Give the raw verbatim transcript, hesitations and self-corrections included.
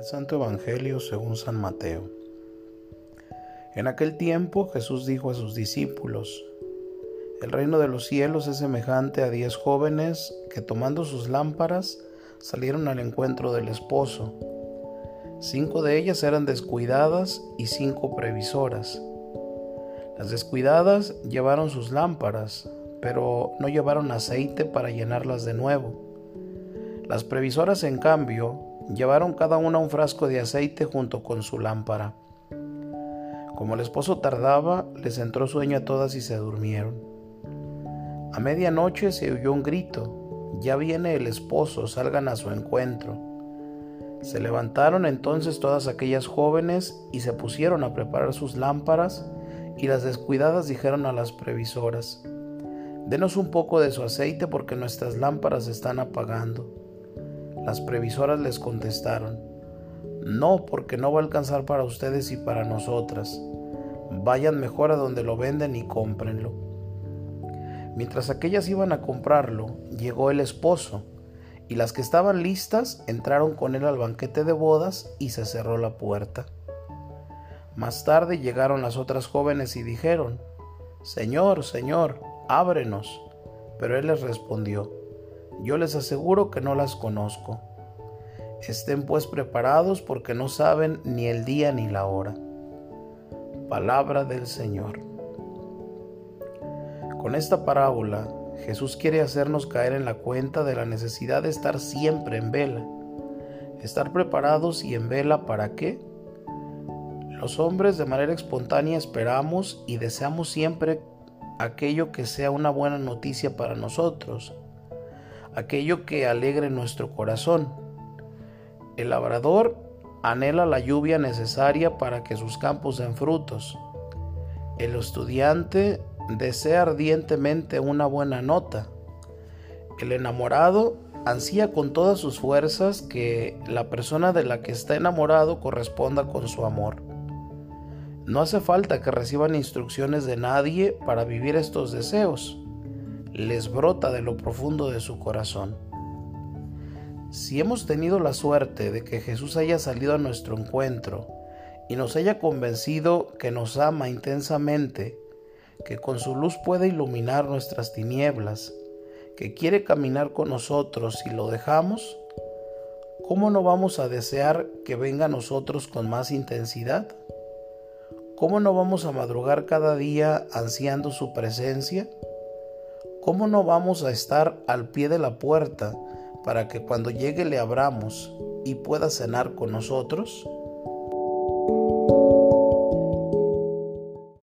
Santo Evangelio según San Mateo. En aquel tiempo Jesús dijo a sus discípulos: El reino de los cielos es semejante a diez jóvenes que, tomando sus lámparas, salieron al encuentro del esposo. Cinco de ellas eran descuidadas y cinco previsoras. Las descuidadas llevaron sus lámparas, pero no llevaron aceite para llenarlas de nuevo. Las previsoras, en cambio, llevaron cada una un frasco de aceite junto con su lámpara. Como el esposo tardaba, les entró sueño a todas y se durmieron. A medianoche se oyó un grito: «Ya viene el esposo, salgan a su encuentro». Se levantaron entonces todas aquellas jóvenes y se pusieron a preparar sus lámparas, y las descuidadas dijeron a las previsoras: «Denos un poco de su aceite porque nuestras lámparas se están apagando». Las previsoras les contestaron: «No, porque no va a alcanzar para ustedes y para nosotras. Vayan mejor a donde lo venden y cómprenlo». Mientras aquellas iban a comprarlo, llegó el esposo, y las que estaban listas entraron con él al banquete de bodas y se cerró la puerta. Más tarde llegaron las otras jóvenes y dijeron: «Señor, Señor, ábrenos». Pero él les respondió: «Yo les aseguro que no las conozco. Estén pues preparados, porque no saben ni el día ni la hora». Palabra del Señor. Con esta parábola, Jesús quiere hacernos caer en la cuenta de la necesidad de estar siempre en vela. Estar preparados y en vela, ¿para qué? Los hombres de manera espontánea esperamos y deseamos siempre aquello que sea una buena noticia para nosotros, aquello que alegre nuestro corazón. El labrador anhela la lluvia necesaria para que sus campos den frutos. El estudiante desea ardientemente una buena nota. El enamorado ansía con todas sus fuerzas que la persona de la que está enamorado corresponda con su amor. No hace falta que reciban instrucciones de nadie para vivir estos deseos. Les brota de lo profundo de su corazón. Si hemos tenido la suerte de que Jesús haya salido a nuestro encuentro y nos haya convencido que nos ama intensamente, que con su luz puede iluminar nuestras tinieblas, que quiere caminar con nosotros si lo dejamos, ¿cómo no vamos a desear que venga a nosotros con más intensidad? ¿Cómo no vamos a madrugar cada día ansiando su presencia? ¿Cómo no vamos a estar al pie de la puerta para que cuando llegue le abramos y pueda cenar con nosotros?